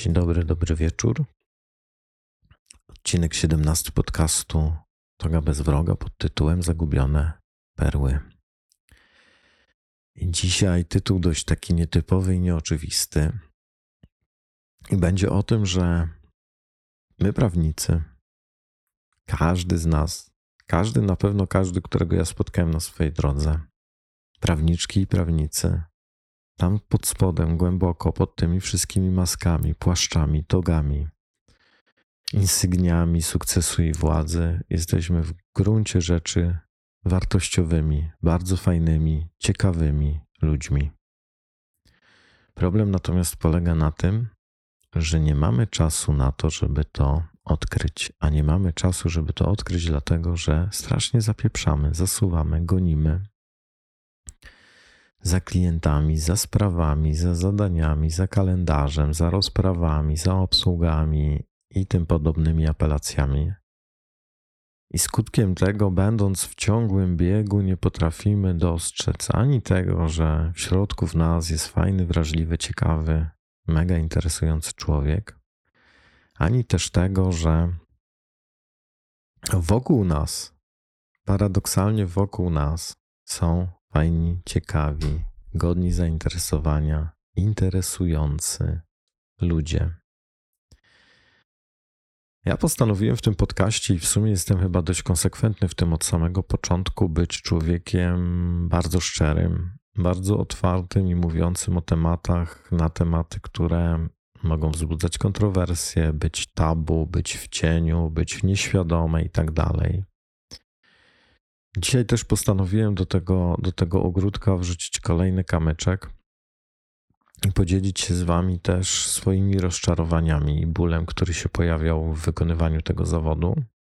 Dzień dobry, dobry wieczór. Odcinek 17 podcastu Droga bez wroga pod tytułem Zagubione perły. I dzisiaj tytuł dość taki nietypowy i nieoczywisty. I będzie o tym, że my prawnicy, każdy z nas, na pewno każdy, którego ja spotkałem na swojej drodze, prawniczki i prawnicy, tam pod spodem, głęboko, pod tymi wszystkimi maskami, płaszczami, togami, insygniami sukcesu i władzy, jesteśmy w gruncie rzeczy wartościowymi, bardzo fajnymi, ciekawymi ludźmi. Problem natomiast polega na tym, że nie mamy czasu na to, żeby to odkryć, a nie mamy czasu, żeby to odkryć, dlatego że strasznie zapieprzamy, zasuwamy, gonimy za klientami, za sprawami, za zadaniami, za kalendarzem, za rozprawami, za obsługami i tym podobnymi apelacjami. I skutkiem tego, będąc w ciągłym biegu, nie potrafimy dostrzec ani tego, że w środku w nas jest fajny, wrażliwy, ciekawy, mega interesujący człowiek, ani też tego, że wokół nas, paradoksalnie wokół nas są fajni, ciekawi, godni zainteresowania, interesujący ludzie. Ja postanowiłem w tym podcaście i w sumie jestem chyba dość konsekwentny w tym od samego początku, być człowiekiem bardzo szczerym, bardzo otwartym i mówiącym o tematach, na tematy, które mogą wzbudzać kontrowersje, być tabu, być w cieniu, być nieświadome i tak dalej. Dzisiaj też postanowiłem do tego ogródka wrzucić kolejny kamyczek i podzielić się z wami też swoimi rozczarowaniami i bólem, który się pojawiał w wykonywaniu tego zawodu.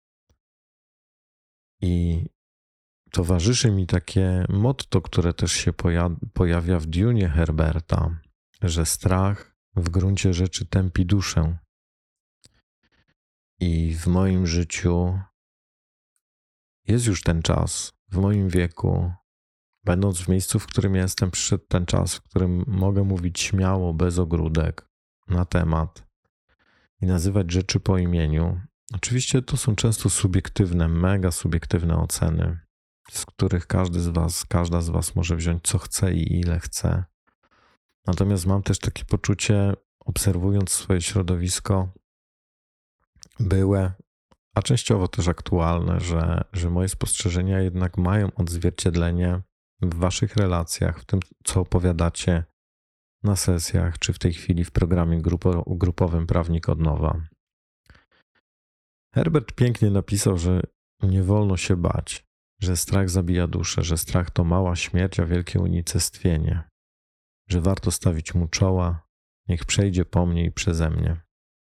I towarzyszy mi takie motto, które też się pojawia w Dunie Herberta, że strach w gruncie rzeczy tępi duszę. I w moim życiu jest już ten czas, w moim wieku, będąc w miejscu, w którym jestem, przyszedł ten czas, w którym mogę mówić śmiało, bez ogródek, na temat i nazywać rzeczy po imieniu. Oczywiście to są często subiektywne, mega subiektywne oceny, z których każda z was może wziąć co chce i ile chce. Natomiast mam też takie poczucie, obserwując swoje środowisko byłe, a częściowo też aktualne, że moje spostrzeżenia jednak mają odzwierciedlenie w waszych relacjach, w tym, co opowiadacie na sesjach, czy w tej chwili w programie grupowym Prawnik od nowa. Herbert pięknie napisał, że nie wolno się bać, że strach zabija duszę, że strach to mała śmierć, a wielkie unicestwienie, że warto stawić mu czoła, niech przejdzie po mnie i przeze mnie.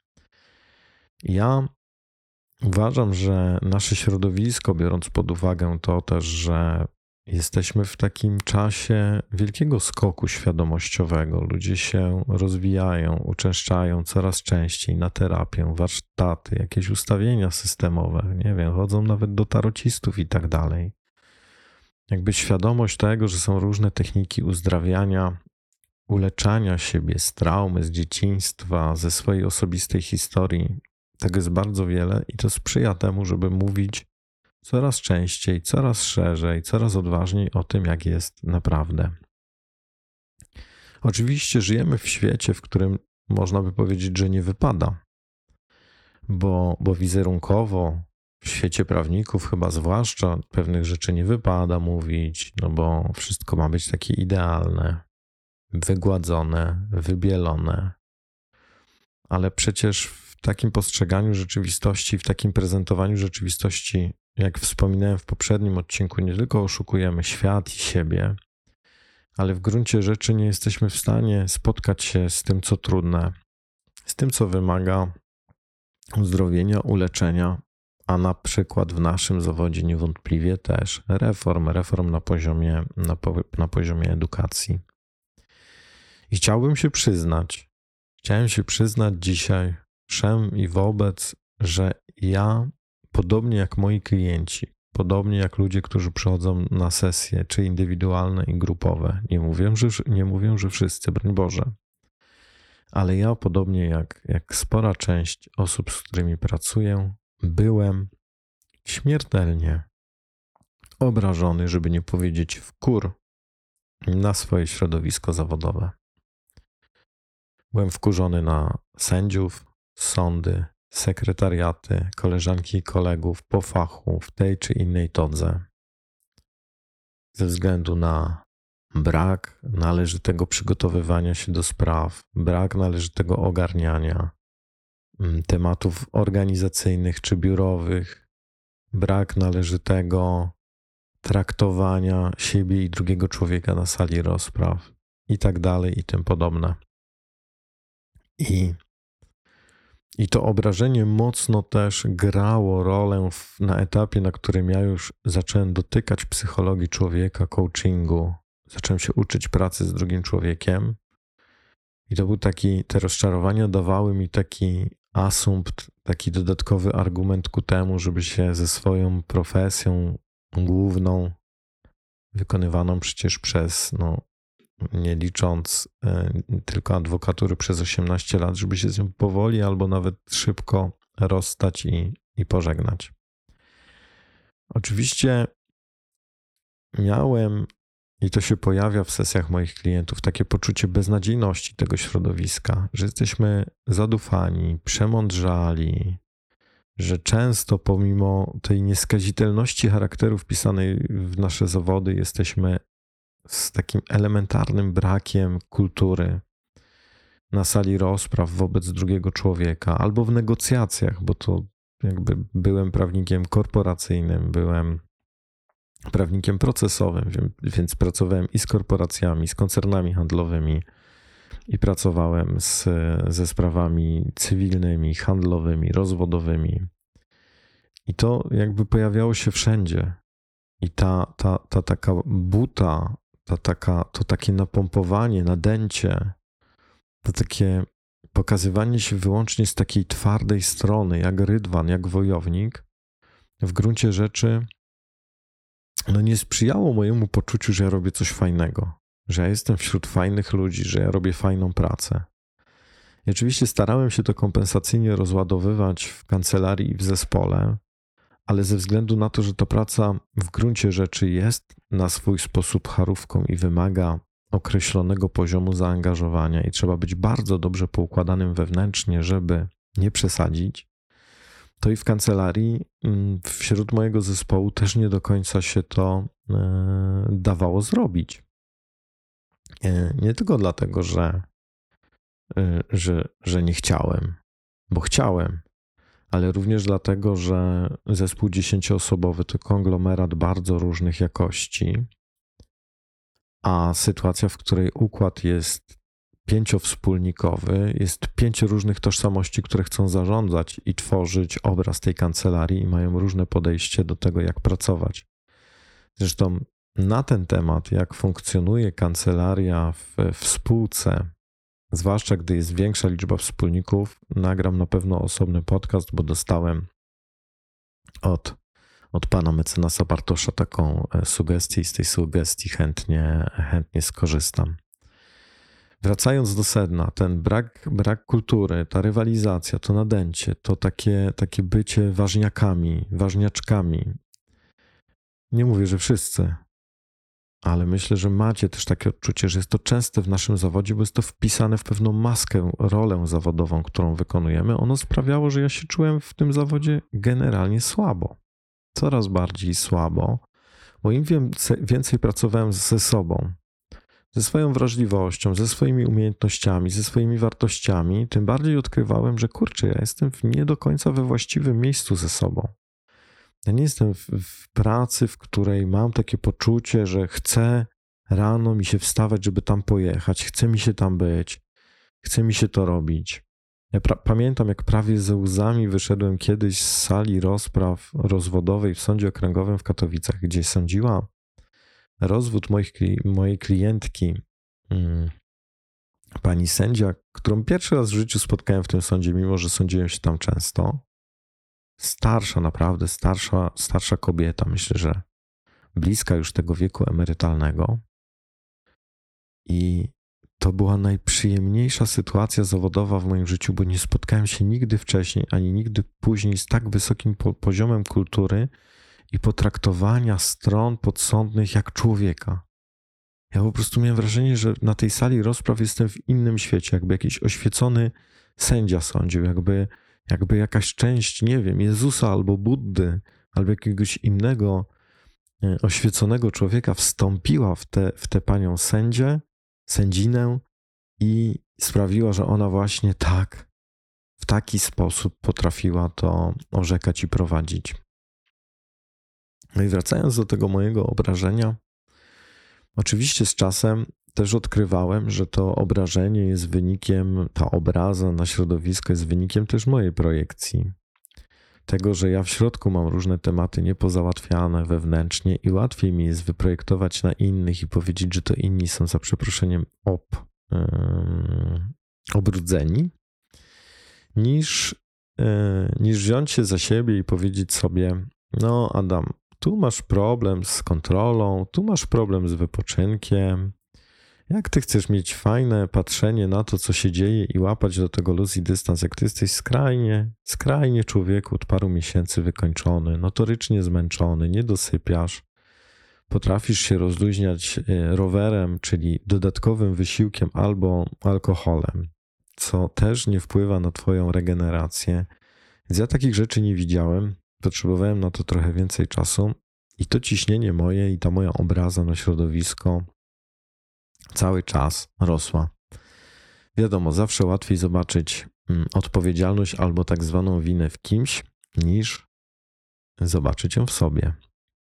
Ja uważam, że nasze środowisko, biorąc pod uwagę to też, że jesteśmy w takim czasie wielkiego skoku świadomościowego. Ludzie się rozwijają, uczęszczają coraz częściej na terapię, warsztaty, jakieś ustawienia systemowe, nie wiem, chodzą nawet do tarocistów i tak dalej. Jakby świadomość tego, że są różne techniki uzdrawiania, uleczania siebie z traumy, z dzieciństwa, ze swojej osobistej historii, tego jest bardzo wiele i to sprzyja temu, żeby mówić coraz częściej, coraz szerzej, coraz odważniej o tym, jak jest naprawdę. Oczywiście żyjemy w świecie, w którym można by powiedzieć, że nie wypada, bo wizerunkowo w świecie prawników chyba zwłaszcza pewnych rzeczy nie wypada mówić, no bo wszystko ma być takie idealne, wygładzone, wybielone, ale przecież w takim postrzeganiu rzeczywistości, w takim prezentowaniu rzeczywistości, jak wspominałem w poprzednim odcinku, nie tylko oszukujemy świat i siebie, ale w gruncie rzeczy nie jesteśmy w stanie spotkać się z tym, co trudne, z tym, co wymaga uzdrowienia, uleczenia, a na przykład w naszym zawodzie niewątpliwie też reform na poziomie edukacji. I chciałem się przyznać dzisiaj wszem i wobec, że ja, podobnie jak moi klienci, podobnie jak ludzie, którzy przychodzą na sesje, czy indywidualne i grupowe, nie mówię, że wszyscy, broń Boże, ale ja, podobnie jak spora część osób, z którymi pracuję, byłem śmiertelnie obrażony, żeby nie powiedzieć wkur, na swoje środowisko zawodowe. Byłem wkurzony na sędziów, sądy, sekretariaty, koleżanki i kolegów po fachu w tej czy innej todze ze względu na brak należytego przygotowywania się do spraw, brak należytego ogarniania tematów organizacyjnych czy biurowych, brak należytego traktowania siebie i drugiego człowieka na sali rozpraw i tak dalej i tym podobne. I to obrażenie mocno też grało rolę na etapie, na którym ja już zacząłem dotykać psychologii człowieka, coachingu, zacząłem się uczyć pracy z drugim człowiekiem i to był te rozczarowania dawały mi taki asumpt, taki dodatkowy argument ku temu, żeby się ze swoją profesją główną, wykonywaną przecież przez, nie licząc tylko adwokatury przez 18 lat, żeby się z nią powoli albo nawet szybko rozstać i pożegnać. Oczywiście miałem, i to się pojawia w sesjach moich klientów, takie poczucie beznadziejności tego środowiska, że jesteśmy zadufani, przemądrzali, że często pomimo tej nieskazitelności charakteru wpisanej w nasze zawody jesteśmy z takim elementarnym brakiem kultury na sali rozpraw wobec drugiego człowieka albo w negocjacjach, bo to jakby byłem prawnikiem korporacyjnym, byłem prawnikiem procesowym, więc pracowałem i z korporacjami, z koncernami handlowymi i pracowałem ze sprawami cywilnymi, handlowymi, rozwodowymi. I to jakby pojawiało się wszędzie. I ta taka buta, to takie napompowanie, nadęcie, to takie pokazywanie się wyłącznie z takiej twardej strony, jak rydwan, jak wojownik, w gruncie rzeczy nie sprzyjało mojemu poczuciu, że ja robię coś fajnego, że ja jestem wśród fajnych ludzi, że ja robię fajną pracę. I oczywiście starałem się to kompensacyjnie rozładowywać w kancelarii i w zespole, ale ze względu na to, że ta praca w gruncie rzeczy jest na swój sposób charówką i wymaga określonego poziomu zaangażowania i trzeba być bardzo dobrze poukładanym wewnętrznie, żeby nie przesadzić, to i w kancelarii wśród mojego zespołu też nie do końca się to dawało zrobić. Nie tylko dlatego, że nie chciałem, bo chciałem, ale również dlatego, że zespół 10-osobowy to konglomerat bardzo różnych jakości, a sytuacja, w której układ jest 5-wspólnikowy, jest 5 różnych tożsamości, które chcą zarządzać i tworzyć obraz tej kancelarii i mają różne podejście do tego, jak pracować. Zresztą na ten temat, jak funkcjonuje kancelaria w spółce, zwłaszcza gdy jest większa liczba wspólników, nagram na pewno osobny podcast, bo dostałem od pana mecenasa Bartosza taką sugestię i z tej sugestii chętnie skorzystam. Wracając do sedna, ten brak kultury, ta rywalizacja, to nadęcie, to takie bycie ważniakami, ważniaczkami. Nie mówię, że wszyscy, ale myślę, że macie też takie odczucie, że jest to częste w naszym zawodzie, bo jest to wpisane w pewną maskę, rolę zawodową, którą wykonujemy. Ono sprawiało, że ja się czułem w tym zawodzie generalnie słabo. Coraz bardziej słabo, bo im więcej pracowałem ze sobą, ze swoją wrażliwością, ze swoimi umiejętnościami, ze swoimi wartościami, tym bardziej odkrywałem, że ja jestem nie do końca we właściwym miejscu ze sobą. Ja nie jestem w pracy, w której mam takie poczucie, że chcę rano mi się wstawać, żeby tam pojechać, chce mi się tam być, chce mi się to robić. Ja pamiętam, jak prawie ze łzami wyszedłem kiedyś z sali rozpraw rozwodowej w Sądzie Okręgowym w Katowicach, gdzie sądziła rozwód mojej klientki, pani sędzia, którą pierwszy raz w życiu spotkałem w tym sądzie, mimo że sądziłem się tam często. Starsza, naprawdę starsza kobieta, myślę, że bliska już tego wieku emerytalnego. I to była najprzyjemniejsza sytuacja zawodowa w moim życiu, bo nie spotkałem się nigdy wcześniej, ani nigdy później z tak wysokim poziomem kultury i potraktowania stron podsądnych jak człowieka. Ja po prostu miałem wrażenie, że na tej sali rozpraw jestem w innym świecie, jakby jakiś oświecony sędzia sądził, jakby jakaś część, nie wiem, Jezusa albo Buddy, albo jakiegoś innego oświeconego człowieka wstąpiła w tę panią sędzinę i sprawiła, że ona właśnie tak, w taki sposób potrafiła to orzekać i prowadzić. No i wracając do tego mojego obrażenia, oczywiście z czasem też odkrywałem, że to obrażenie jest wynikiem, ta obraza na środowisko jest wynikiem też mojej projekcji. Tego, że ja w środku mam różne tematy niepozałatwiane wewnętrznie i łatwiej mi jest wyprojektować na innych i powiedzieć, że to inni są za przeproszeniem obrudzeni, niż wziąć się za siebie i powiedzieć sobie, no Adam, tu masz problem z kontrolą, tu masz problem z wypoczynkiem. Jak ty chcesz mieć fajne patrzenie na to, co się dzieje i łapać do tego luz i dystans, jak ty jesteś skrajnie człowieku od paru miesięcy wykończony, notorycznie zmęczony, nie dosypiasz, potrafisz się rozluźniać rowerem, czyli dodatkowym wysiłkiem albo alkoholem, co też nie wpływa na twoją regenerację. Więc ja takich rzeczy nie widziałem, potrzebowałem na to trochę więcej czasu i to ciśnienie moje i ta moja obraza na środowisko cały czas rosła. Wiadomo, zawsze łatwiej zobaczyć odpowiedzialność albo tak zwaną winę w kimś, niż zobaczyć ją w sobie.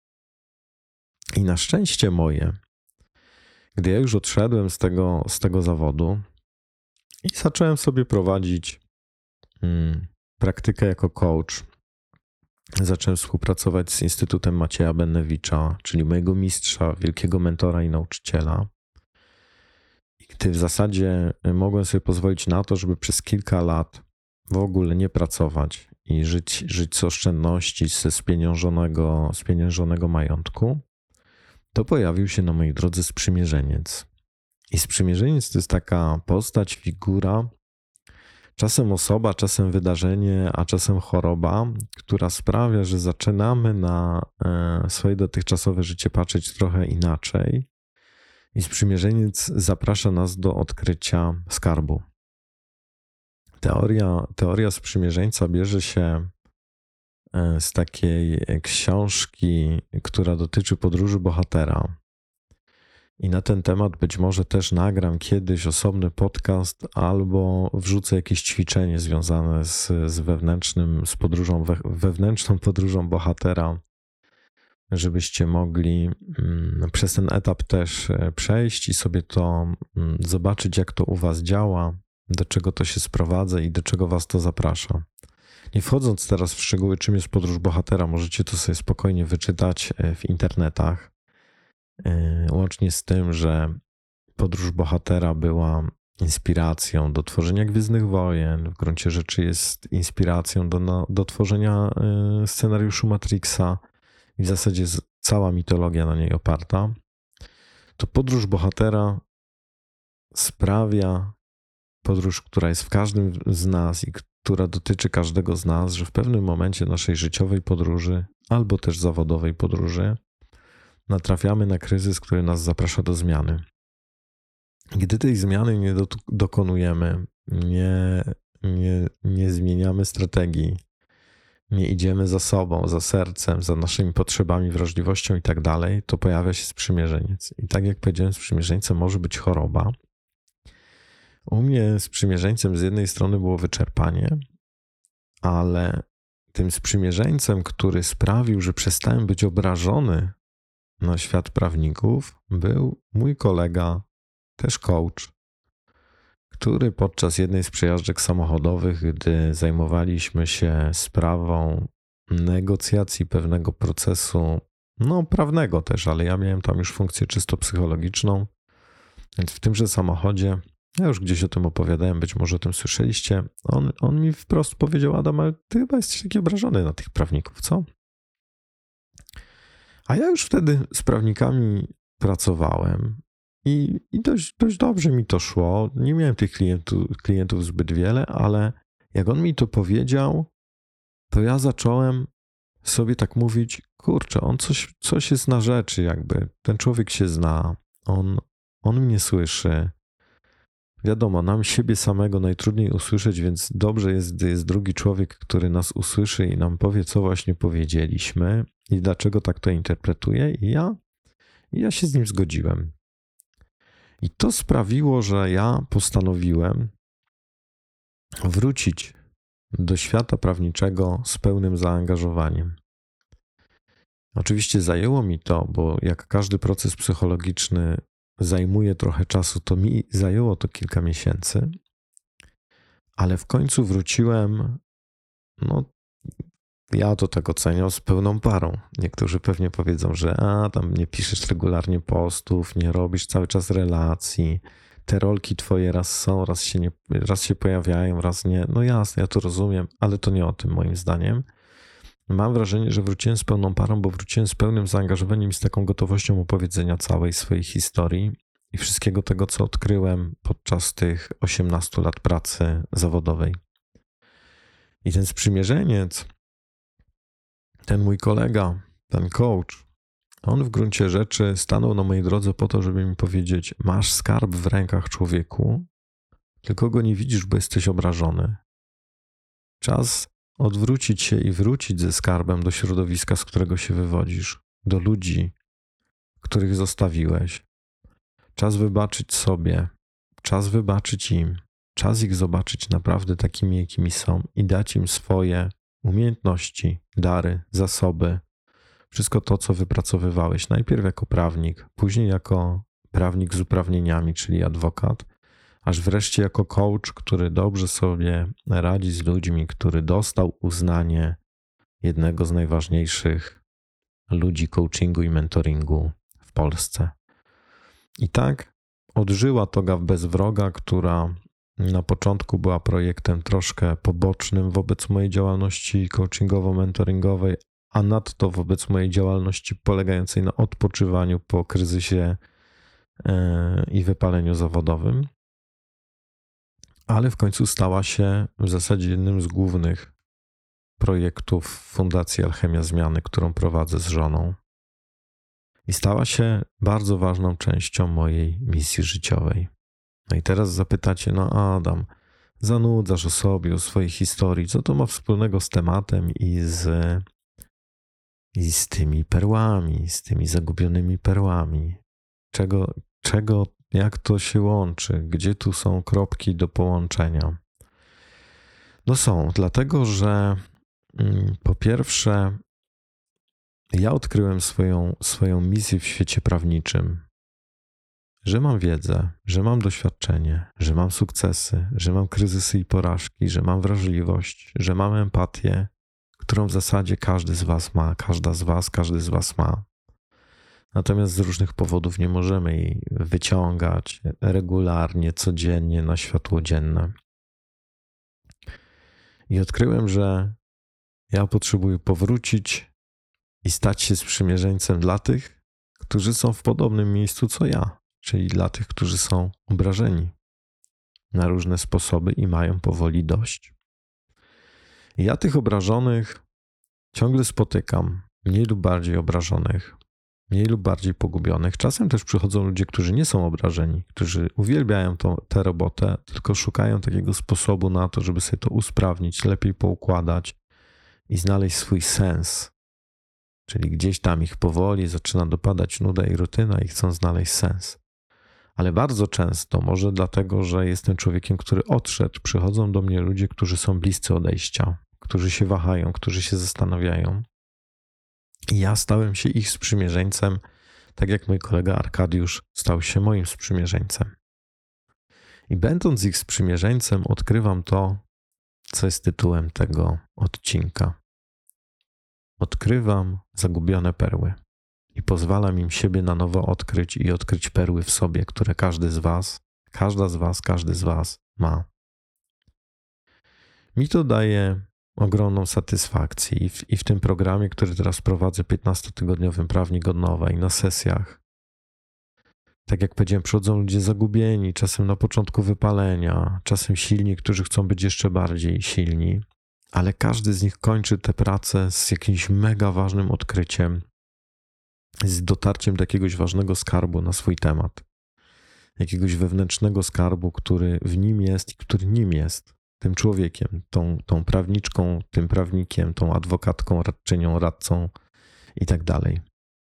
I na szczęście moje, gdy ja już odszedłem z tego zawodu i zacząłem sobie prowadzić praktykę jako coach, zacząłem współpracować z Instytutem Macieja Benewicza, czyli mojego mistrza, wielkiego mentora i nauczyciela. Gdy w zasadzie mogłem sobie pozwolić na to, żeby przez kilka lat w ogóle nie pracować i żyć z oszczędności, ze spieniężonego majątku, to pojawił się na mojej drodze sprzymierzeniec. I sprzymierzeniec to jest taka postać, figura, czasem osoba, czasem wydarzenie, a czasem choroba, która sprawia, że zaczynamy na swoje dotychczasowe życie patrzeć trochę inaczej. I sprzymierzeniec zaprasza nas do odkrycia skarbu. Teoria sprzymierzeńca bierze się z takiej książki, która dotyczy podróży bohatera. I na ten temat być może też nagram kiedyś osobny podcast albo wrzucę jakieś ćwiczenie związane z wewnętrzną podróżą bohatera, żebyście mogli przez ten etap też przejść i sobie to zobaczyć, jak to u was działa, do czego to się sprowadza i do czego was to zaprasza. Nie wchodząc teraz w szczegóły, czym jest podróż bohatera, możecie to sobie spokojnie wyczytać w internetach. Łącznie z tym, że podróż bohatera była inspiracją do tworzenia Gwiezdnych Wojen, w gruncie rzeczy jest inspiracją do tworzenia scenariuszu Matrixa i w zasadzie cała mitologia na niej oparta. To podróż bohatera sprawia, podróż, która jest w każdym z nas i która dotyczy każdego z nas, że w pewnym momencie naszej życiowej podróży albo też zawodowej podróży natrafiamy na kryzys, który nas zaprasza do zmiany. Gdy tej zmiany nie dokonujemy, nie zmieniamy strategii, nie idziemy za sobą, za sercem, za naszymi potrzebami, wrażliwością i tak dalej, to pojawia się sprzymierzeniec. I tak jak powiedziałem, sprzymierzeńcem może być choroba. U mnie sprzymierzeńcem z jednej strony było wyczerpanie, ale tym sprzymierzeńcem, który sprawił, że przestałem być obrażony na świat prawników, był mój kolega, też coach, który podczas jednej z przejażdżek samochodowych, gdy zajmowaliśmy się sprawą negocjacji pewnego procesu, prawnego też, ale ja miałem tam już funkcję czysto psychologiczną, więc w tymże samochodzie, ja już gdzieś o tym opowiadałem, być może o tym słyszeliście, on mi wprost powiedział: Adam, ale ty chyba jesteś taki obrażony na tych prawników, co? A ja już wtedy z prawnikami pracowałem I dość dobrze mi to szło. Nie miałem tych klientów zbyt wiele, ale jak on mi to powiedział, to ja zacząłem sobie tak mówić, kurczę, on coś jest na rzeczy jakby. Ten człowiek się zna, on mnie słyszy. Wiadomo, nam siebie samego najtrudniej usłyszeć, więc dobrze jest, gdy jest drugi człowiek, który nas usłyszy i nam powie, co właśnie powiedzieliśmy i dlaczego tak to interpretuje. I ja się z nim zgodziłem. I to sprawiło, że ja postanowiłem wrócić do świata prawniczego z pełnym zaangażowaniem. Oczywiście zajęło mi to, bo jak każdy proces psychologiczny zajmuje trochę czasu, to mi zajęło to kilka miesięcy, ale w końcu wróciłem, ja to tak oceniam, z pełną parą. Niektórzy pewnie powiedzą, że tam nie piszesz regularnie postów, nie robisz cały czas relacji, te rolki twoje raz są, raz się pojawiają, raz nie. No jasne, ja to rozumiem, ale to nie o tym moim zdaniem. Mam wrażenie, że wróciłem z pełną parą, bo wróciłem z pełnym zaangażowaniem i z taką gotowością opowiedzenia całej swojej historii i wszystkiego tego, co odkryłem podczas tych 18 lat pracy zawodowej. I ten sprzymierzeniec, ten mój kolega, ten coach, on w gruncie rzeczy stanął na mojej drodze po to, żeby mi powiedzieć: masz skarb w rękach, człowieku, tylko go nie widzisz, bo jesteś obrażony. Czas odwrócić się i wrócić ze skarbem do środowiska, z którego się wywodzisz, do ludzi, których zostawiłeś. Czas wybaczyć sobie, czas wybaczyć im, czas ich zobaczyć naprawdę takimi, jakimi są i dać im swoje umiejętności, dary, zasoby, wszystko to, co wypracowywałeś, najpierw jako prawnik, później jako prawnik z uprawnieniami, czyli adwokat, aż wreszcie jako coach, który dobrze sobie radzi z ludźmi, który dostał uznanie jednego z najważniejszych ludzi coachingu i mentoringu w Polsce. I tak odżyła toga bez wroga, która na początku była projektem troszkę pobocznym wobec mojej działalności coachingowo-mentoringowej, a nadto wobec mojej działalności polegającej na odpoczywaniu po kryzysie i wypaleniu zawodowym. Ale w końcu stała się w zasadzie jednym z głównych projektów Fundacji Alchemia Zmiany, którą prowadzę z żoną. I stała się bardzo ważną częścią mojej misji życiowej. No i teraz zapytacie, Adam, zanudzasz o sobie, o swojej historii, co to ma wspólnego z tematem i z tymi perłami, z tymi zagubionymi perłami? Jak to się łączy? Gdzie tu są kropki do połączenia? No są, dlatego że po pierwsze ja odkryłem swoją misję w świecie prawniczym, że mam wiedzę, że mam doświadczenie, że mam sukcesy, że mam kryzysy i porażki, że mam wrażliwość, że mam empatię, którą w zasadzie każdy z was ma, każdy z was ma. Natomiast z różnych powodów nie możemy jej wyciągać regularnie, codziennie na światło dzienne. I odkryłem, że ja potrzebuję powrócić i stać się sprzymierzeńcem dla tych, którzy są w podobnym miejscu co ja, czyli dla tych, którzy są obrażeni na różne sposoby i mają powoli dość. I ja tych obrażonych ciągle spotykam, mniej lub bardziej obrażonych, mniej lub bardziej pogubionych. Czasem też przychodzą ludzie, którzy nie są obrażeni, którzy uwielbiają tę robotę, tylko szukają takiego sposobu na to, żeby sobie to usprawnić, lepiej poukładać i znaleźć swój sens. Czyli gdzieś tam ich powoli zaczyna dopadać nuda i rutyna i chcą znaleźć sens. Ale bardzo często, może dlatego, że jestem człowiekiem, który odszedł, przychodzą do mnie ludzie, którzy są bliscy odejścia, którzy się wahają, którzy się zastanawiają. I ja stałem się ich sprzymierzeńcem, tak jak mój kolega Arkadiusz stał się moim sprzymierzeńcem. I będąc ich sprzymierzeńcem, odkrywam to, co jest tytułem tego odcinka. Odkrywam zagubione perły i pozwalam im siebie na nowo odkryć i odkryć perły w sobie, które każdy z was ma. Mi to daje ogromną satysfakcję i w tym programie, który teraz prowadzę, 15-tygodniowym Prawnik od nowa i na sesjach, Tak jak powiedziałem, przychodzą ludzie zagubieni, czasem na początku wypalenia, czasem silni, którzy chcą być jeszcze bardziej silni, ale każdy z nich kończy tę pracę z jakimś mega ważnym odkryciem, z dotarciem do jakiegoś ważnego skarbu na swój temat. Jakiegoś wewnętrznego skarbu, który w nim jest i który nim jest. Tym człowiekiem, tą prawniczką, tym prawnikiem, tą adwokatką, radczynią, radcą i tak dalej.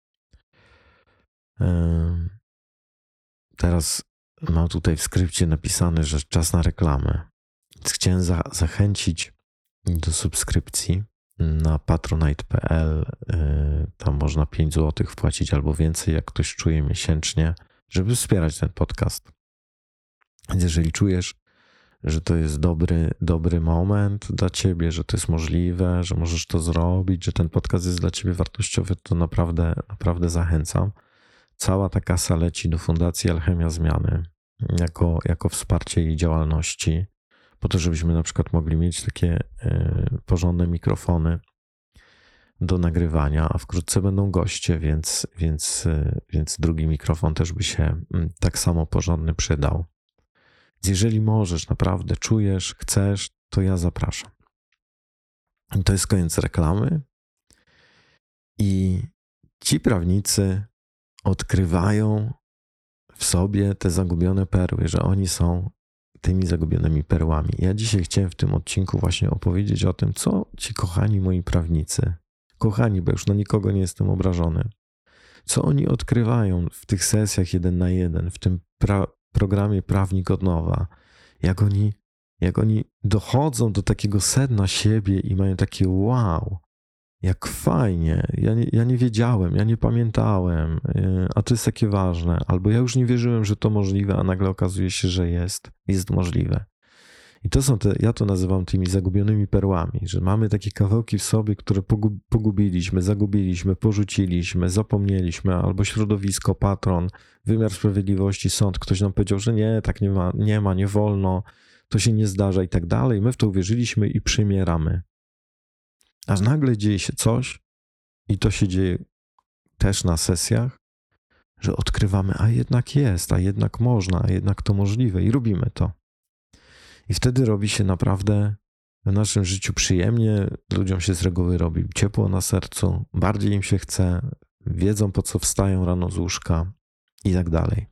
Teraz mam tutaj w skrypcie napisane, że czas na reklamę. Więc chciałem zachęcić do subskrypcji na patronite.pl. Tam można 5 zł wpłacić albo więcej, jak ktoś czuje miesięcznie, żeby wspierać ten podcast. Więc jeżeli czujesz, że to jest dobry moment dla ciebie, że to jest możliwe, że możesz to zrobić, że ten podcast jest dla ciebie wartościowy, to naprawdę zachęcam. Cała ta kasa leci do Fundacji Alchemia Zmiany jako wsparcie jej działalności, po to, żebyśmy na przykład mogli mieć takie porządne mikrofony do nagrywania, a wkrótce będą goście, więc drugi mikrofon też by się tak samo porządny przydał. Więc jeżeli możesz, naprawdę czujesz, chcesz, to ja zapraszam. I to jest koniec reklamy. I ci prawnicy odkrywają w sobie te zagubione perły, że oni są tymi zagubionymi perłami. Ja dzisiaj chciałem w tym odcinku właśnie opowiedzieć o tym, co ci kochani moi prawnicy, kochani, bo już na nikogo nie jestem obrażony, co oni odkrywają w tych sesjach 1 na 1, w tym programie Prawnik od nowa, jak oni dochodzą do takiego sedna siebie i mają takie wow, jak fajnie, ja nie wiedziałem, ja nie pamiętałem, a to jest takie ważne, albo ja już nie wierzyłem, że to możliwe, a nagle okazuje się, że jest możliwe. I to są ja to nazywam tymi zagubionymi perłami, że mamy takie kawałki w sobie, które pogubiliśmy, zagubiliśmy, porzuciliśmy, zapomnieliśmy, albo środowisko, patron, wymiar sprawiedliwości, sąd, ktoś nam powiedział, że nie, tak nie wolno, to się nie zdarza i tak dalej. My w to uwierzyliśmy i przymieramy. Aż nagle dzieje się coś i to się dzieje też na sesjach, że odkrywamy, a jednak jest, a jednak można, a jednak to możliwe i robimy to. I wtedy robi się naprawdę w naszym życiu przyjemnie, ludziom się z reguły robi ciepło na sercu, bardziej im się chce, wiedzą po co wstają rano z łóżka i tak dalej.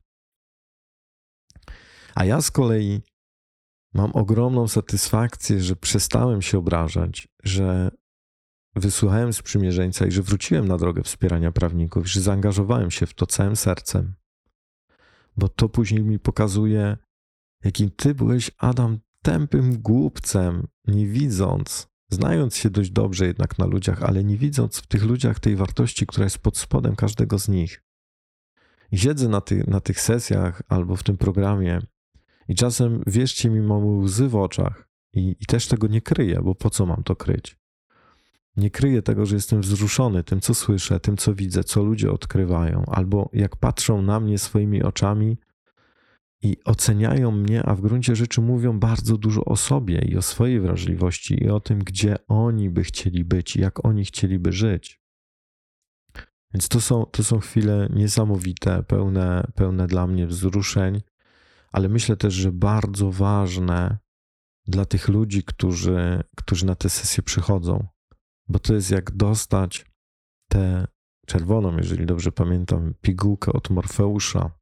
A ja z kolei mam ogromną satysfakcję, że przestałem się obrażać, że wysłuchałem sprzymierzeńca i że wróciłem na drogę wspierania prawników, że zaangażowałem się w to całym sercem. Bo to później mi pokazuje, jakim ty byłeś, Adam, tępym głupcem, nie widząc, znając się dość dobrze jednak na ludziach, ale nie widząc w tych ludziach tej wartości, która jest pod spodem każdego z nich. I siedzę na tych sesjach albo w tym programie i czasem, wierzcie mi, mam łzy w oczach i też tego nie kryję, bo po co mam to kryć? Nie kryję tego, że jestem wzruszony tym, co słyszę, tym, co widzę, co ludzie odkrywają, albo jak patrzą na mnie swoimi oczami i oceniają mnie, a w gruncie rzeczy mówią bardzo dużo o sobie i o swojej wrażliwości i o tym, gdzie oni by chcieli być i jak oni chcieliby żyć. Więc to są chwile niesamowite, pełne dla mnie wzruszeń, ale myślę też, że bardzo ważne dla tych ludzi, którzy na te sesje przychodzą. Bo to jest jak dostać tę czerwoną, jeżeli dobrze pamiętam, pigułkę od Morfeusza,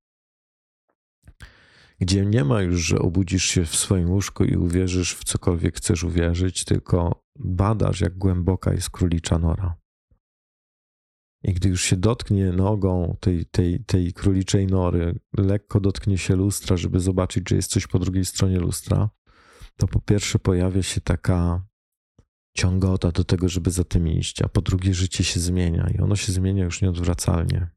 gdzie nie ma już, że obudzisz się w swoim łóżku i uwierzysz w cokolwiek chcesz uwierzyć, tylko badasz, jak głęboka jest królicza nora. I gdy już się dotknie nogą tej króliczej nory, lekko dotknie się lustra, żeby zobaczyć, czy jest coś po drugiej stronie lustra, to po pierwsze pojawia się taka ciągota do tego, żeby za tym iść, a po drugie życie się zmienia i ono się zmienia już nieodwracalnie.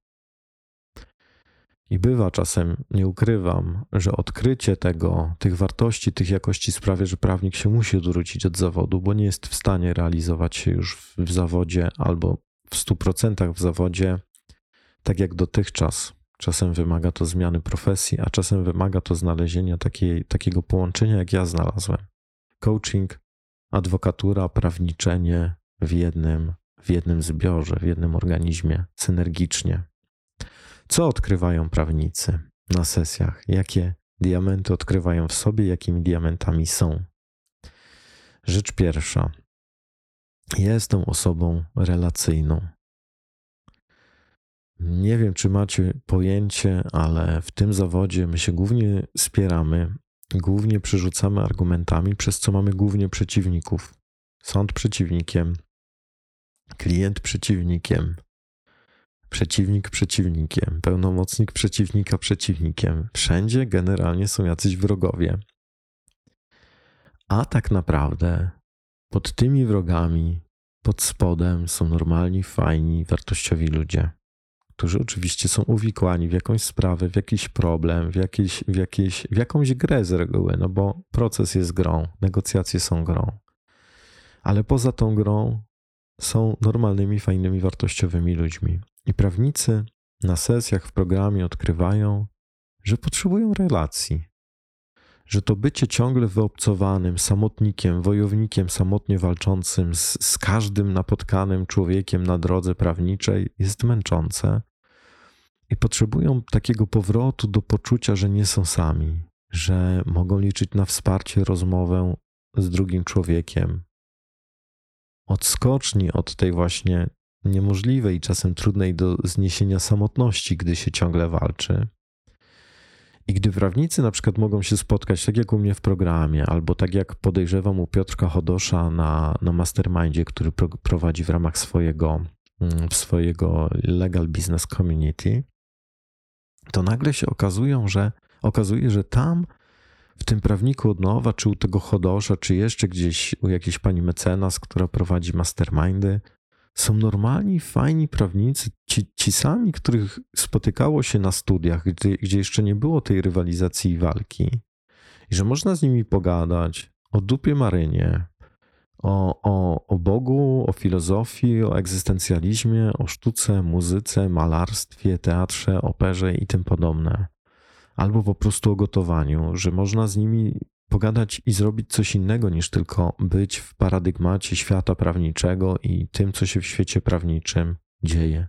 I bywa czasem, nie ukrywam, że odkrycie tych wartości, tych jakości sprawia, że prawnik się musi odwrócić od zawodu, bo nie jest w stanie realizować się już w zawodzie albo w 100% w zawodzie, tak jak dotychczas. Czasem wymaga to zmiany profesji, a czasem wymaga to znalezienia takiego połączenia, jak ja znalazłem. Coaching, adwokatura, prawniczenie w jednym zbiorze, w jednym organizmie, synergicznie. Co odkrywają prawnicy? na sesjach, jakie diamenty odkrywają w sobie, jakimi diamentami są. Rzecz pierwsza. Ja jestem osobą relacyjną. Nie wiem, czy macie pojęcie, ale w tym zawodzie my się głównie spieramy, głównie przerzucamy argumentami, przez co mamy głównie przeciwników. Sąd przeciwnikiem, klient przeciwnikiem, przeciwnik przeciwnikiem, pełnomocnik przeciwnika przeciwnikiem. Wszędzie generalnie są jacyś wrogowie. A tak naprawdę pod tymi wrogami, pod spodem są normalni, fajni, wartościowi ludzie, którzy oczywiście są uwikłani w jakąś sprawę, w jakiś problem, w jakąś grę z reguły, no bo proces jest grą, negocjacje są grą. Ale poza tą grą są normalnymi, fajnymi, wartościowymi ludźmi. I prawnicy na sesjach w programie odkrywają, że potrzebują relacji. Że to bycie ciągle wyobcowanym, samotnikiem, wojownikiem samotnie walczącym z każdym napotkanym człowiekiem na drodze prawniczej jest męczące i potrzebują takiego powrotu do poczucia, że nie są sami, że mogą liczyć na wsparcie, rozmowę z drugim człowiekiem. Odskoczni od tej właśnie niemożliwej, czasem trudnej do zniesienia samotności, gdy się ciągle walczy. I gdy prawnicy na przykład mogą się spotkać, tak jak u mnie w programie, albo tak jak podejrzewam u Piotrka Chodosza na mastermindzie, który prowadzi w ramach swojego Legal Business Community, to nagle się okazuje, że tam w tym prawniku od nowa, czy u tego Chodosza, czy jeszcze gdzieś u jakiejś pani mecenas, która prowadzi mastermindy, są normalni, fajni prawnicy, ci sami, których spotykało się na studiach, gdzie jeszcze nie było tej rywalizacji i walki. I że można z nimi pogadać o dupie marynie, o Bogu, o filozofii, o egzystencjalizmie, o sztuce, muzyce, malarstwie, teatrze, operze i tym podobne. Albo po prostu o gotowaniu, że można z nimi pogadać i zrobić coś innego niż tylko być w paradygmacie świata prawniczego i tym, co się w świecie prawniczym dzieje.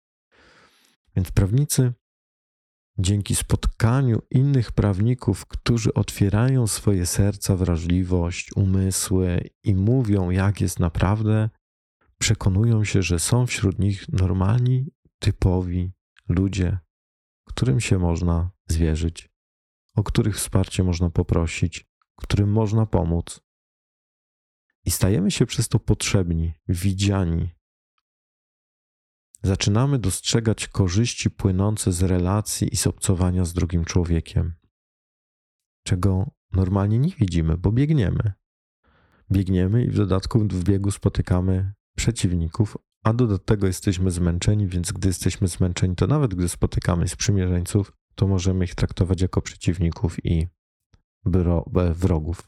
Więc prawnicy dzięki spotkaniu innych prawników, którzy otwierają swoje serca, wrażliwość, umysły i mówią, jak jest naprawdę, przekonują się, że są wśród nich normalni, typowi ludzie, którym się można zwierzyć, o których wsparcie można poprosić, którym można pomóc. I stajemy się przez to potrzebni, widziani. Zaczynamy dostrzegać korzyści płynące z relacji i z obcowania z drugim człowiekiem, czego normalnie nie widzimy, bo biegniemy. Biegniemy i w dodatku w biegu spotykamy przeciwników, a do tego jesteśmy zmęczeni, więc gdy jesteśmy zmęczeni, to nawet gdy spotykamy sprzymierzeńców, to możemy ich traktować jako przeciwników i wrogów.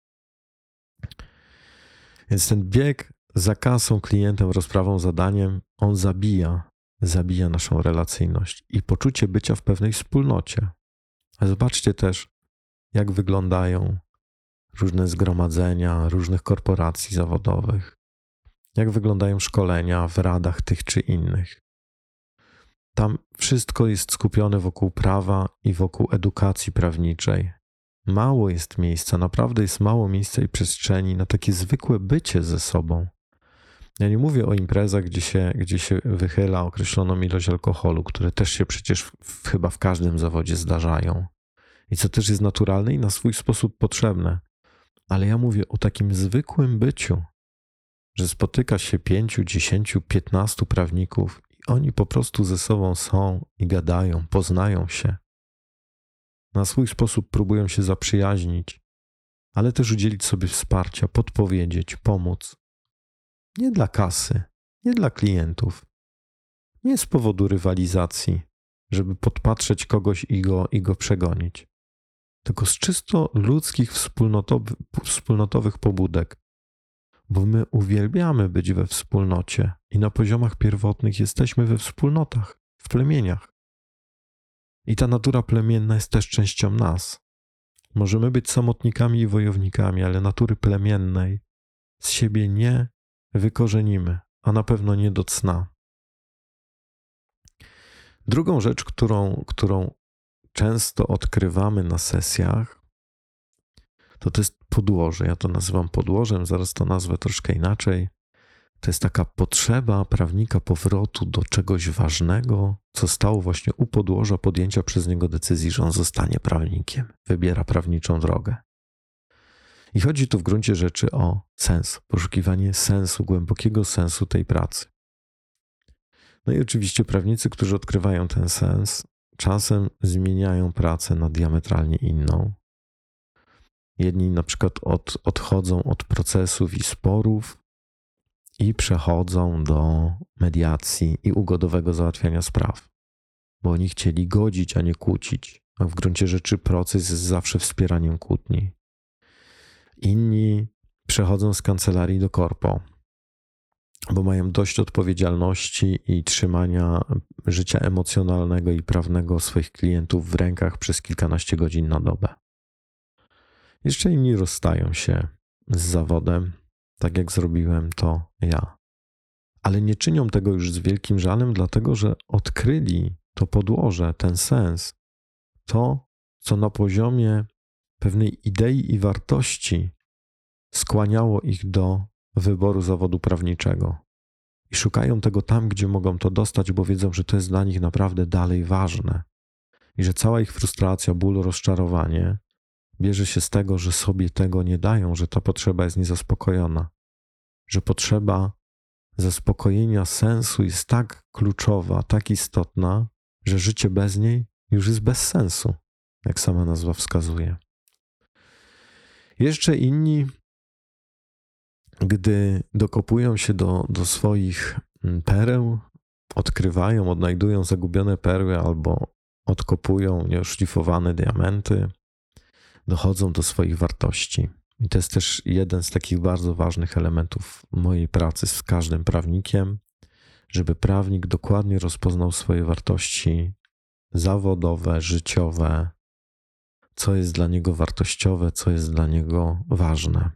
Więc ten bieg za kasą, klientem, rozprawą, zadaniem, on zabija naszą relacyjność i poczucie bycia w pewnej wspólnocie. A zobaczcie też, jak wyglądają różne zgromadzenia różnych korporacji zawodowych, jak wyglądają szkolenia w radach tych czy innych. Tam wszystko jest skupione wokół prawa i wokół edukacji prawniczej. Mało jest miejsca, naprawdę jest mało miejsca i przestrzeni na takie zwykłe bycie ze sobą. Ja nie mówię o imprezach, gdzie się wychyla określoną ilość alkoholu, które też się przecież chyba w każdym zawodzie zdarzają. I co też jest naturalne i na swój sposób potrzebne. Ale ja mówię o takim zwykłym byciu, że spotyka się 5, 10, 15 prawników i oni po prostu ze sobą są i gadają, poznają się. Na swój sposób próbują się zaprzyjaźnić, ale też udzielić sobie wsparcia, podpowiedzieć, pomóc. Nie dla kasy, nie dla klientów, nie z powodu rywalizacji, żeby podpatrzeć kogoś i go przegonić, tylko z czysto ludzkich, wspólnotowych pobudek, bo my uwielbiamy być we wspólnocie i na poziomach pierwotnych jesteśmy we wspólnotach, w plemieniach. I ta natura plemienna jest też częścią nas. Możemy być samotnikami i wojownikami, ale natury plemiennej z siebie nie wykorzenimy, a na pewno nie do cna. Drugą rzecz, którą często odkrywamy na sesjach, to jest podłoże. Ja to nazywam podłożem, zaraz to nazwę troszkę inaczej. To jest taka potrzeba prawnika powrotu do czegoś ważnego, co stało właśnie u podłoża podjęcia przez niego decyzji, że on zostanie prawnikiem, wybiera prawniczą drogę. I chodzi tu w gruncie rzeczy o sens, poszukiwanie sensu, głębokiego sensu tej pracy. No i oczywiście prawnicy, którzy odkrywają ten sens, czasem zmieniają pracę na diametralnie inną. Jedni na przykład odchodzą od procesów i sporów i przechodzą do mediacji i ugodowego załatwiania spraw, bo oni chcieli godzić, a nie kłócić, a w gruncie rzeczy proces jest zawsze wspieraniem kłótni. Inni przechodzą z kancelarii do korpo, bo mają dość odpowiedzialności i trzymania życia emocjonalnego i prawnego swoich klientów w rękach przez kilkanaście godzin na dobę. Jeszcze inni rozstają się z zawodem, tak jak zrobiłem to ja. Ale nie czynią tego już z wielkim żalem, dlatego że odkryli to podłoże, ten sens, to, co na poziomie pewnej idei i wartości skłaniało ich do wyboru zawodu prawniczego. I szukają tego tam, gdzie mogą to dostać, bo wiedzą, że to jest dla nich naprawdę dalej ważne. I że cała ich frustracja, ból, rozczarowanie bierze się z tego, że sobie tego nie dają, że ta potrzeba jest niezaspokojona. Że potrzeba zaspokojenia sensu jest tak kluczowa, tak istotna, że życie bez niej już jest bez sensu, jak sama nazwa wskazuje. Jeszcze inni, gdy dokopują się do swoich pereł, odkrywają, odnajdują zagubione perły albo odkopują nieoszlifowane diamenty, dochodzą do swoich wartości. I to jest też jeden z takich bardzo ważnych elementów mojej pracy z każdym prawnikiem, żeby prawnik dokładnie rozpoznał swoje wartości zawodowe, życiowe, co jest dla niego wartościowe, co jest dla niego ważne.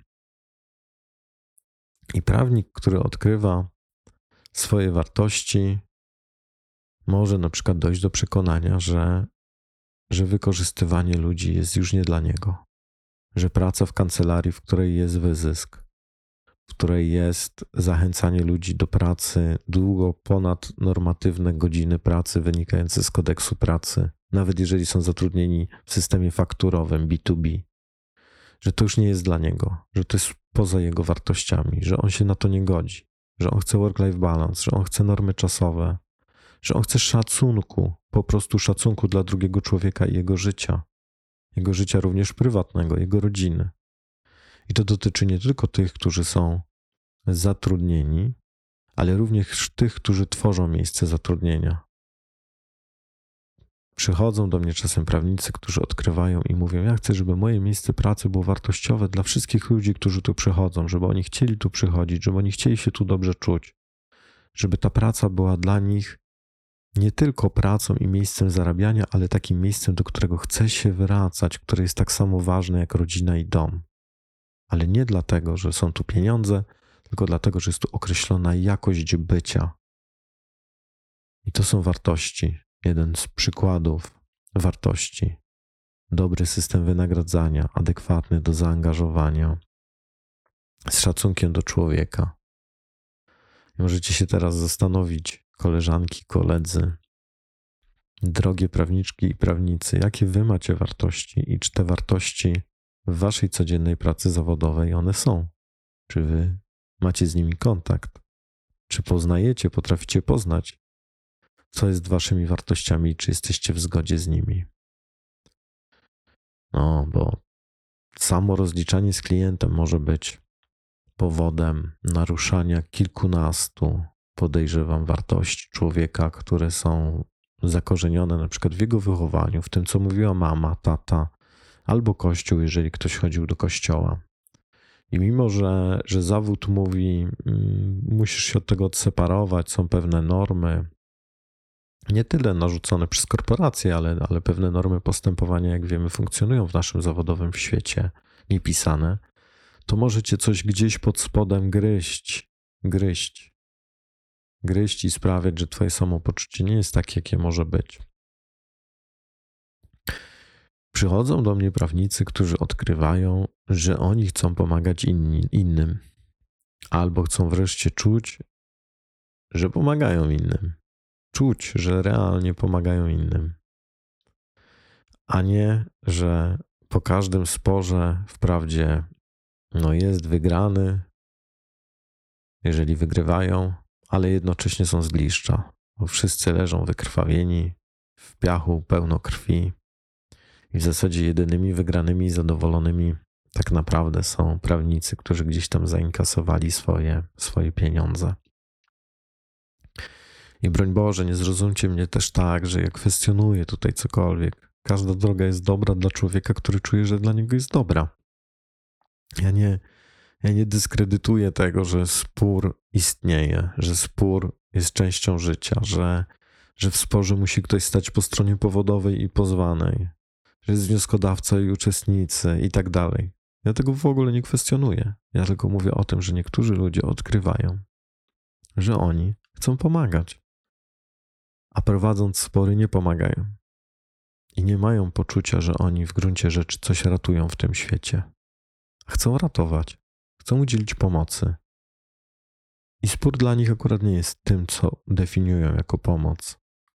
I prawnik, który odkrywa swoje wartości, może na przykład dojść do przekonania, że wykorzystywanie ludzi jest już nie dla niego, że praca w kancelarii, w której jest wyzysk, w której jest zachęcanie ludzi do pracy długo ponad normatywne godziny pracy wynikające z kodeksu pracy, nawet jeżeli są zatrudnieni w systemie fakturowym B2B, że to już nie jest dla niego, że to jest poza jego wartościami, że on się na to nie godzi, że on chce work-life balance, że on chce normy czasowe, że on chce szacunku, po prostu szacunku dla drugiego człowieka i jego życia również prywatnego, jego rodziny. I to dotyczy nie tylko tych, którzy są zatrudnieni, ale również tych, którzy tworzą miejsce zatrudnienia. Przychodzą do mnie czasem prawnicy, którzy odkrywają i mówią: ja chcę, żeby moje miejsce pracy było wartościowe dla wszystkich ludzi, którzy tu przychodzą, żeby oni chcieli tu przychodzić, żeby oni chcieli się tu dobrze czuć, żeby ta praca była dla nich nie tylko pracą i miejscem zarabiania, ale takim miejscem, do którego chce się wracać, które jest tak samo ważne jak rodzina i dom. Ale nie dlatego, że są tu pieniądze, tylko dlatego, że jest tu określona jakość bycia. I to są wartości. Jeden z przykładów wartości. Dobry system wynagradzania, adekwatny do zaangażowania, z szacunkiem do człowieka. I możecie się teraz zastanowić, koleżanki, koledzy, drogie prawniczki i prawnicy, jakie wy macie wartości i czy te wartości w waszej codziennej pracy zawodowej one są? Czy wy macie z nimi kontakt? Czy poznajecie, potraficie poznać, co jest waszymi wartościami, czy jesteście w zgodzie z nimi? No, bo samo rozliczanie z klientem może być powodem naruszania kilkunastu, podejrzewam, wartości człowieka, które są zakorzenione na przykład w jego wychowaniu, w tym, co mówiła mama, tata, albo kościół, jeżeli ktoś chodził do kościoła. I mimo, że zawód mówi, musisz się od tego odseparować, są pewne normy, nie tyle narzucone przez korporacje, ale pewne normy postępowania, jak wiemy, funkcjonują w naszym zawodowym świecie, niepisane, to możecie coś gdzieś pod spodem gryźć i sprawiać, że twoje samopoczucie nie jest takie, jakie może być. Przychodzą do mnie prawnicy, którzy odkrywają, że oni chcą pomagać innym, albo chcą wreszcie czuć, że pomagają innym. Czuć, że realnie pomagają innym, a nie, że po każdym sporze wprawdzie jest wygrany, jeżeli wygrywają, ale jednocześnie są zgliszcza, bo wszyscy leżą wykrwawieni, w piachu pełno krwi i w zasadzie jedynymi wygranymi i zadowolonymi tak naprawdę są prawnicy, którzy gdzieś tam zainkasowali swoje pieniądze. I broń Boże, nie zrozumcie mnie też tak, że ja kwestionuję tutaj cokolwiek. Każda droga jest dobra dla człowieka, który czuje, że dla niego jest dobra. Ja nie dyskredytuję tego, że spór istnieje, że spór jest częścią życia, że w sporze musi ktoś stać po stronie powodowej i pozwanej, że jest wnioskodawca i uczestnicy i tak dalej. Ja tego w ogóle nie kwestionuję. Ja tylko mówię o tym, że niektórzy ludzie odkrywają, że oni chcą pomagać, a prowadząc spory nie pomagają. I nie mają poczucia, że oni w gruncie rzeczy coś ratują w tym świecie. Chcą ratować, chcą udzielić pomocy. I spór dla nich akurat nie jest tym, co definiują jako pomoc.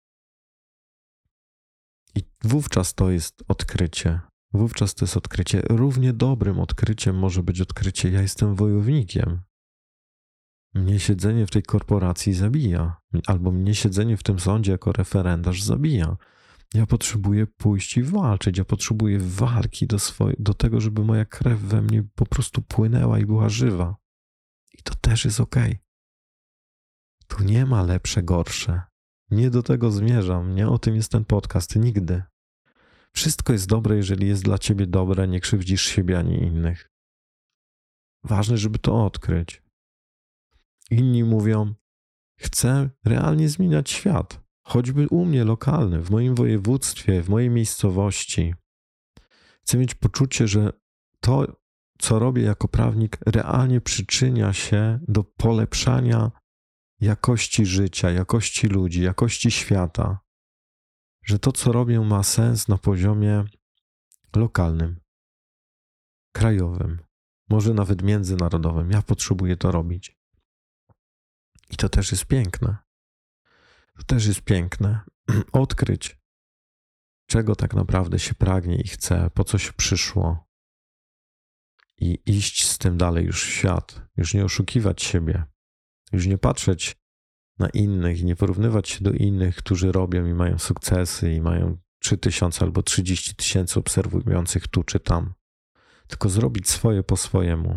I wówczas to jest odkrycie. Wówczas to jest odkrycie. Równie dobrym odkryciem może być odkrycie: ja jestem wojownikiem. Mnie siedzenie w tej korporacji zabija. Albo mnie siedzenie w tym sądzie jako referendarz zabija. Ja potrzebuję pójść i walczyć. Ja potrzebuję walki do tego, żeby moja krew we mnie po prostu płynęła i była żywa. I to też jest okej. Tu nie ma lepsze, gorsze. Nie do tego zmierzam. Nie o tym jest ten podcast. Nigdy. Wszystko jest dobre, jeżeli jest dla ciebie dobre. Nie krzywdzisz siebie ani innych. Ważne, żeby to odkryć. Inni mówią: chcę realnie zmieniać świat. Choćby u mnie lokalny, w moim województwie, w mojej miejscowości. Chcę mieć poczucie, że to, co robię jako prawnik, realnie przyczynia się do polepszania jakości życia, jakości ludzi, jakości świata. Że to, co robię, ma sens na poziomie lokalnym, krajowym, może nawet międzynarodowym. Ja potrzebuję to robić. I to też jest piękne. To też jest piękne. Odkryć, czego tak naprawdę się pragnie i chce, po co się przyszło i iść z tym dalej już w świat. Już nie oszukiwać siebie. Już nie patrzeć na innych i nie porównywać się do innych, którzy robią i mają sukcesy i mają 3000 albo 30 000 obserwujących tu czy tam. Tylko zrobić swoje po swojemu.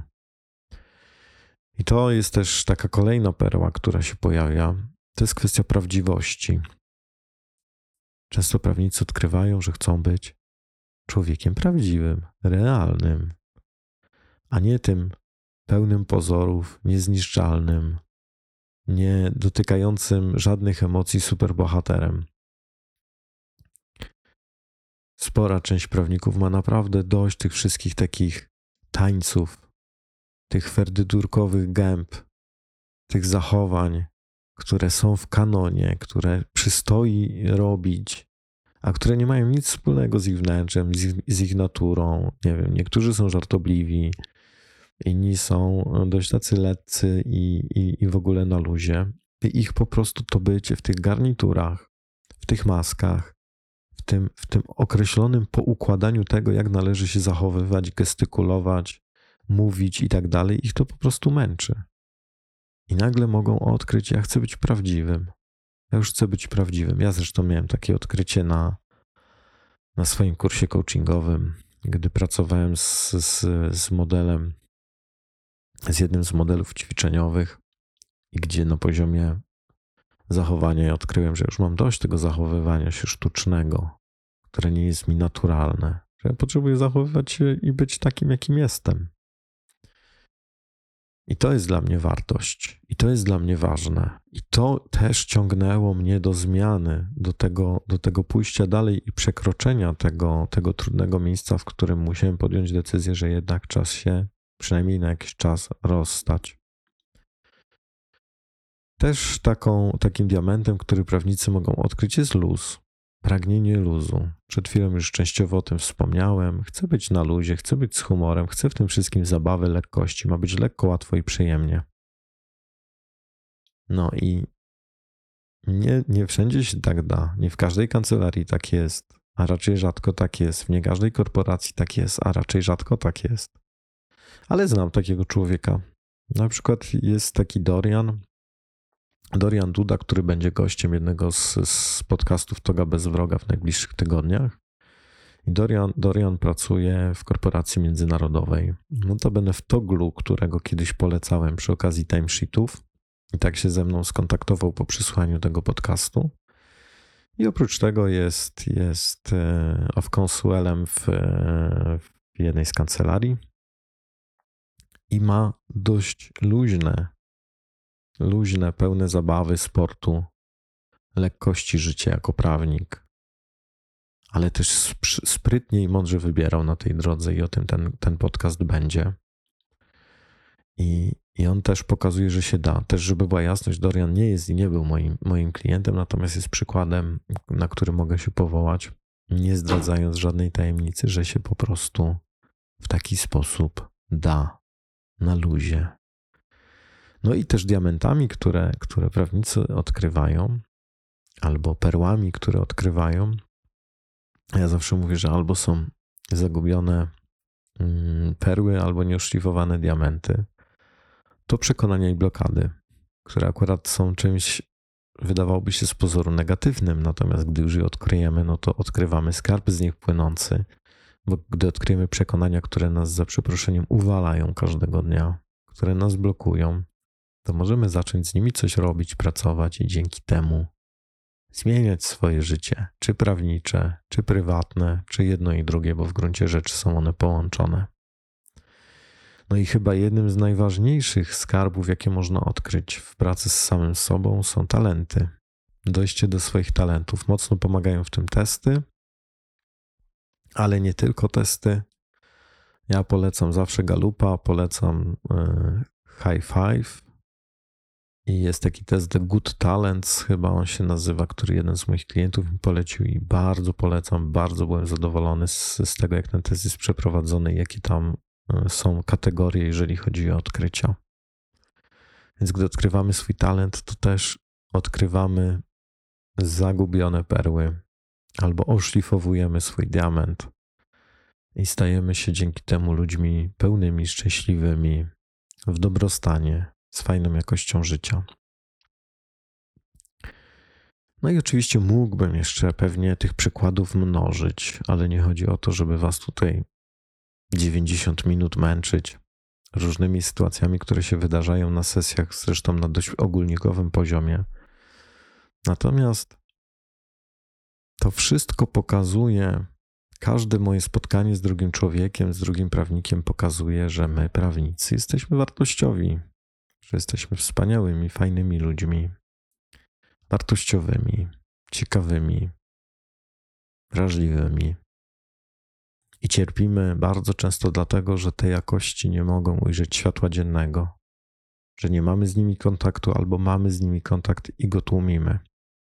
I to jest też taka kolejna perła, która się pojawia. To jest kwestia prawdziwości. Często prawnicy odkrywają, że chcą być człowiekiem prawdziwym, realnym, a nie tym pełnym pozorów, niezniszczalnym, nie dotykającym żadnych emocji superbohaterem. Spora część prawników ma naprawdę dość tych wszystkich takich tańców, tych ferdydurkowych gęb, tych zachowań, które są w kanonie, które przystoi robić, a które nie mają nic wspólnego z ich wnętrzem, z ich naturą. Nie wiem, niektórzy są żartobliwi, inni są dość tacy letcy i w ogóle na luzie. I ich po prostu to bycie w tych garniturach, w tych maskach, w tym określonym poukładaniu tego, jak należy się zachowywać, gestykulować, mówić i tak dalej, ich to po prostu męczy. I nagle mogą odkryć: ja chcę być prawdziwym. Ja już chcę być prawdziwym. Ja zresztą miałem takie odkrycie na swoim kursie coachingowym, gdy pracowałem z modelem, z jednym z modelów ćwiczeniowych i gdzie na poziomie zachowania ja odkryłem, że już mam dość tego zachowywania się sztucznego, które nie jest mi naturalne, że ja potrzebuję zachowywać się i być takim, jakim jestem. I to jest dla mnie wartość. I to jest dla mnie ważne. I to też ciągnęło mnie do zmiany, do tego pójścia dalej i przekroczenia tego trudnego miejsca, w którym musiałem podjąć decyzję, że jednak czas się przynajmniej na jakiś czas rozstać. Też takim diamentem, który prawnicy mogą odkryć, jest luz. pragnienie luzu. Przed chwilą już częściowo o tym wspomniałem. Chcę być na luzie, chcę być z humorem, chcę w tym wszystkim zabawy, lekkości. Ma być lekko, łatwo i przyjemnie. No i nie wszędzie się tak da. Nie w każdej kancelarii tak jest, a raczej rzadko tak jest. W nie każdej korporacji tak jest, a raczej rzadko tak jest. Ale znam takiego człowieka. Na przykład jest taki Dorian Duda, który będzie gościem jednego z podcastów Toga bez wroga w najbliższych tygodniach. I Dorian pracuje w korporacji międzynarodowej. Notabene w Toglu, którego kiedyś polecałem przy okazji timesheetów. I tak się ze mną skontaktował po przysłaniu tego podcastu. I oprócz tego jest off-consulem w jednej z kancelarii. I ma dość luźne, pełne zabawy, sportu, lekkości życia jako prawnik. Ale też sprytnie i mądrze wybierał na tej drodze i o tym ten podcast będzie. I on też pokazuje, że się da. Też, żeby była jasność, Dorian nie jest i nie był moim klientem, natomiast jest przykładem, na który mogę się powołać, nie zdradzając żadnej tajemnicy, że się po prostu w taki sposób da, na luzie. No i też diamentami, które prawnicy odkrywają, albo perłami, które odkrywają. Ja zawsze mówię, że albo są zagubione perły, albo nieuszlifowane diamenty. To przekonania i blokady, które akurat są czymś, wydawałoby się z pozoru negatywnym, natomiast gdy już je odkryjemy, no to odkrywamy skarb z nich płynący, bo gdy odkryjemy przekonania, które nas za przeproszeniem uwalają każdego dnia, które nas blokują, to możemy zacząć z nimi coś robić, pracować i dzięki temu zmieniać swoje życie, czy prawnicze, czy prywatne, czy jedno i drugie, bo w gruncie rzeczy są one połączone. No i chyba jednym z najważniejszych skarbów, jakie można odkryć w pracy z samym sobą, są talenty. Dojście do swoich talentów. Mocno pomagają w tym testy, ale nie tylko testy. Ja polecam zawsze Gallupa, polecam High Five i jest taki test The Good Talents, chyba on się nazywa, który jeden z moich klientów mi polecił i bardzo polecam, bardzo byłem zadowolony z tego, jak ten test jest przeprowadzony i jakie tam są kategorie, jeżeli chodzi o odkrycia. Więc gdy odkrywamy swój talent, to też odkrywamy zagubione perły albo oszlifowujemy swój diament i stajemy się dzięki temu ludźmi pełnymi, szczęśliwymi, w dobrostanie, z fajną jakością życia. No i oczywiście mógłbym jeszcze pewnie tych przykładów mnożyć, ale nie chodzi o to, żeby was tutaj 90 minut męczyć różnymi sytuacjami, które się wydarzają na sesjach, zresztą na dość ogólnikowym poziomie. Natomiast to wszystko pokazuje, każde moje spotkanie z drugim człowiekiem, z drugim prawnikiem pokazuje, że my, prawnicy, jesteśmy wartościowi, że jesteśmy wspaniałymi, fajnymi ludźmi, wartościowymi, ciekawymi, wrażliwymi. I cierpimy bardzo często dlatego, że te jakości nie mogą ujrzeć światła dziennego, że nie mamy z nimi kontaktu albo mamy z nimi kontakt i go tłumimy.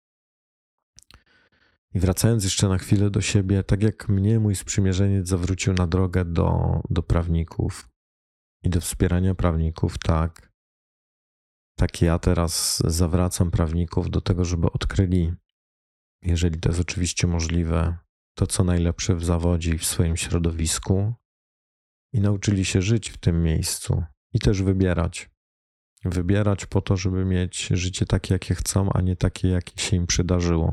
I wracając jeszcze na chwilę do siebie, tak jak mnie mój sprzymierzeniec zawrócił na drogę do prawników i do wspierania prawników, tak ja teraz zawracam prawników do tego, żeby odkryli, jeżeli to jest oczywiście możliwe, to co najlepsze w zawodzie i w swoim środowisku i nauczyli się żyć w tym miejscu i też wybierać. Wybierać po to, żeby mieć życie takie, jakie chcą, a nie takie, jakie się im przydarzyło.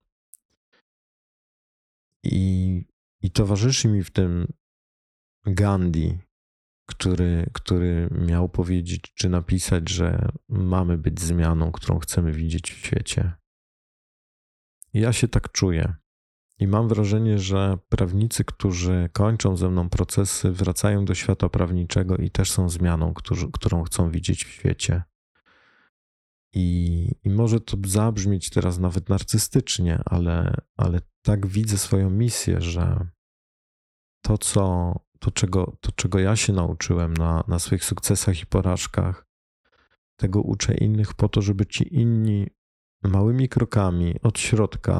I towarzyszy mi w tym Gandhi, który miał powiedzieć czy napisać, że mamy być zmianą, którą chcemy widzieć w świecie. I ja się tak czuję. I mam wrażenie, że prawnicy, którzy kończą ze mną procesy, wracają do świata prawniczego i też są zmianą, którą chcą widzieć w świecie. I może to zabrzmieć teraz nawet narcystycznie, ale tak widzę swoją misję, że to, czego ja się nauczyłem na swoich sukcesach i porażkach, tego uczę innych po to, żeby ci inni małymi krokami od środka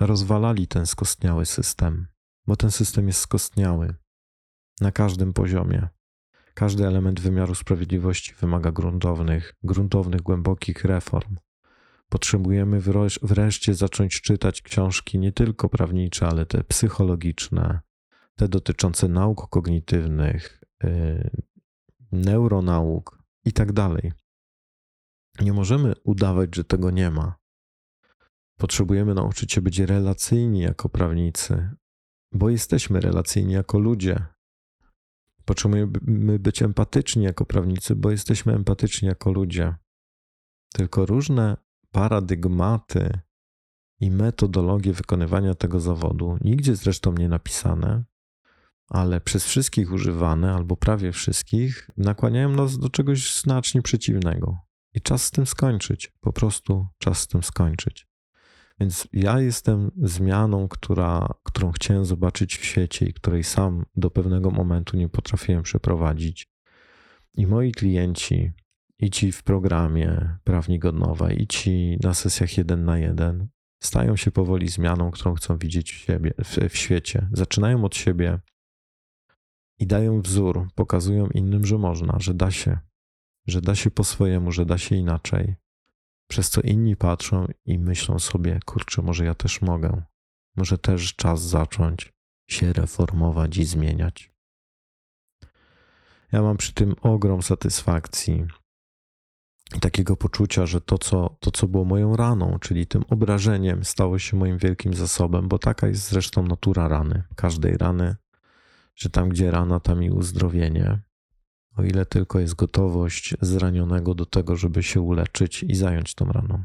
rozwalali ten skostniały system, bo ten system jest skostniały na każdym poziomie. Każdy element wymiaru sprawiedliwości wymaga gruntownych, głębokich reform. Potrzebujemy wreszcie zacząć czytać książki nie tylko prawnicze, ale te psychologiczne, te dotyczące nauk kognitywnych, neuronauk i tak dalej. Nie możemy udawać, że tego nie ma. Potrzebujemy nauczyć się być relacyjni jako prawnicy, bo jesteśmy relacyjni jako ludzie. Potrzebujemy być empatyczni jako prawnicy, bo jesteśmy empatyczni jako ludzie. Tylko różne paradygmaty i metodologie wykonywania tego zawodu, nigdzie zresztą nie napisane, ale przez wszystkich używane, albo prawie wszystkich, nakłaniają nas do czegoś znacznie przeciwnego. I czas z tym skończyć. Po prostu czas z tym skończyć. Więc ja jestem zmianą, którą chciałem zobaczyć w świecie i której sam do pewnego momentu nie potrafiłem przeprowadzić. I moi klienci, i ci w programie Prawnik od nowa, i ci na sesjach 1 na 1 stają się powoli zmianą, którą chcą widzieć w świecie. Zaczynają od siebie i dają wzór, pokazują innym, że można, że da się po swojemu, że da się inaczej. Przez co inni patrzą i myślą sobie, kurczę, może ja też mogę. Może też czas zacząć się reformować i zmieniać. Ja mam przy tym ogrom satysfakcji i takiego poczucia, że to, co było moją raną, czyli tym obrażeniem, stało się moim wielkim zasobem, bo taka jest zresztą natura rany, każdej rany, że tam, gdzie rana, tam i uzdrowienie. O ile tylko jest gotowość zranionego do tego, żeby się uleczyć i zająć tą raną.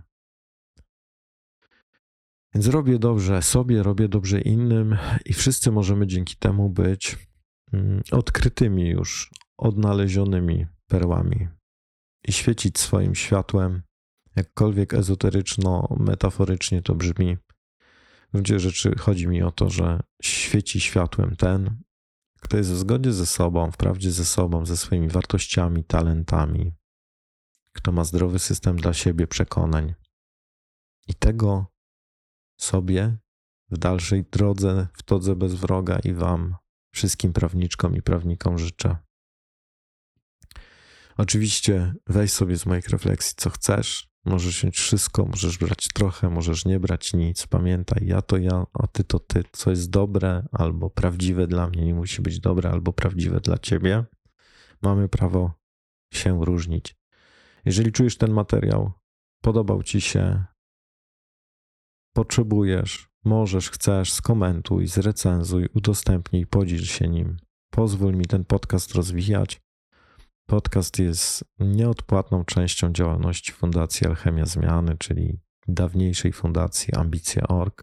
Więc robię dobrze sobie, robię dobrze innym i wszyscy możemy dzięki temu być odkrytymi już, odnalezionymi perłami i świecić swoim światłem, jakkolwiek ezoteryczno, metaforycznie to brzmi. W gruncie rzeczy chodzi mi o to, że świeci światłem ten, kto jest w zgodzie ze sobą, wprawdzie ze sobą, ze swoimi wartościami, talentami, kto ma zdrowy system dla siebie przekonań i tego sobie w dalszej drodze, w todze bez wroga i wam, wszystkim prawniczkom i prawnikom życzę. Oczywiście weź sobie z moich refleksji co chcesz, możesz wziąć wszystko, możesz brać trochę, możesz nie brać nic. Pamiętaj, ja to ja, a ty to ty. Co jest dobre albo prawdziwe dla mnie, nie musi być dobre albo prawdziwe dla ciebie. Mamy prawo się różnić. Jeżeli czujesz ten materiał, podobał ci się, potrzebujesz, możesz, chcesz, skomentuj, zrecenzuj, udostępnij, podziel się nim. Pozwól mi ten podcast rozwijać. Podcast jest nieodpłatną częścią działalności Fundacji Alchemia Zmiany, czyli dawniejszej fundacji Ambicje.org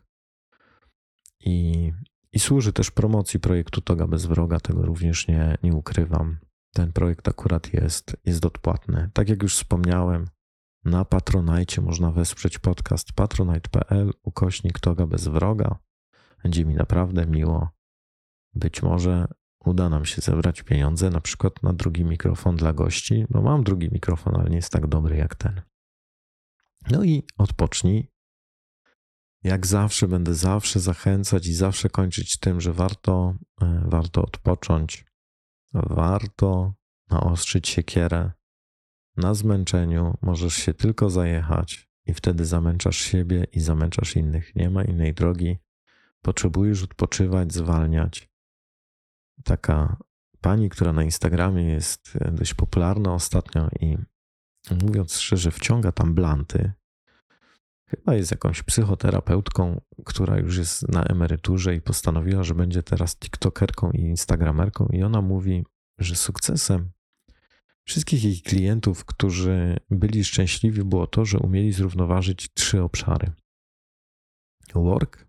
i służy też promocji projektu Toga bez wroga, tego również nie ukrywam. Ten projekt akurat jest odpłatny. Tak jak już wspomniałem, na Patronite można wesprzeć podcast patronite.pl/Toga bez wroga. Będzie mi naprawdę miło. Być może uda nam się zebrać pieniądze na przykład na drugi mikrofon dla gości, bo mam drugi mikrofon, ale nie jest tak dobry jak ten. No i odpocznij. Jak zawsze będę zachęcać i zawsze kończyć tym, że warto odpocząć, warto naostrzyć siekierę. Na zmęczeniu możesz się tylko zajechać i wtedy zamęczasz siebie i zamęczasz innych. Nie ma innej drogi. Potrzebujesz odpoczywać, zwalniać. Taka pani, która na Instagramie jest dość popularna ostatnio i mówiąc szczerze, wciąga tam blanty. Chyba jest jakąś psychoterapeutką, która już jest na emeryturze i postanowiła, że będzie teraz tiktokerką i instagramerką i ona mówi, że sukcesem wszystkich jej klientów, którzy byli szczęśliwi, było to, że umieli zrównoważyć 3 obszary. Work,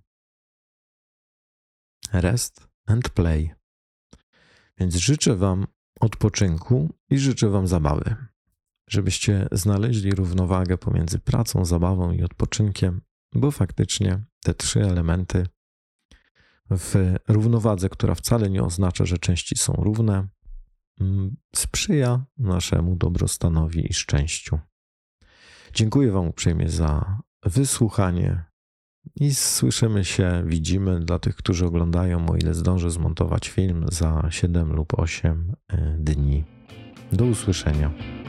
rest and play. Więc życzę wam odpoczynku i życzę wam zabawy. Żebyście znaleźli równowagę pomiędzy pracą, zabawą i odpoczynkiem, bo faktycznie te 3 elementy w równowadze, która wcale nie oznacza, że części są równe, sprzyja naszemu dobrostanowi i szczęściu. Dziękuję wam uprzejmie za wysłuchanie I słyszymy się, widzimy dla tych, którzy oglądają, o ile zdążę zmontować film za 7 lub 8 dni. Do usłyszenia.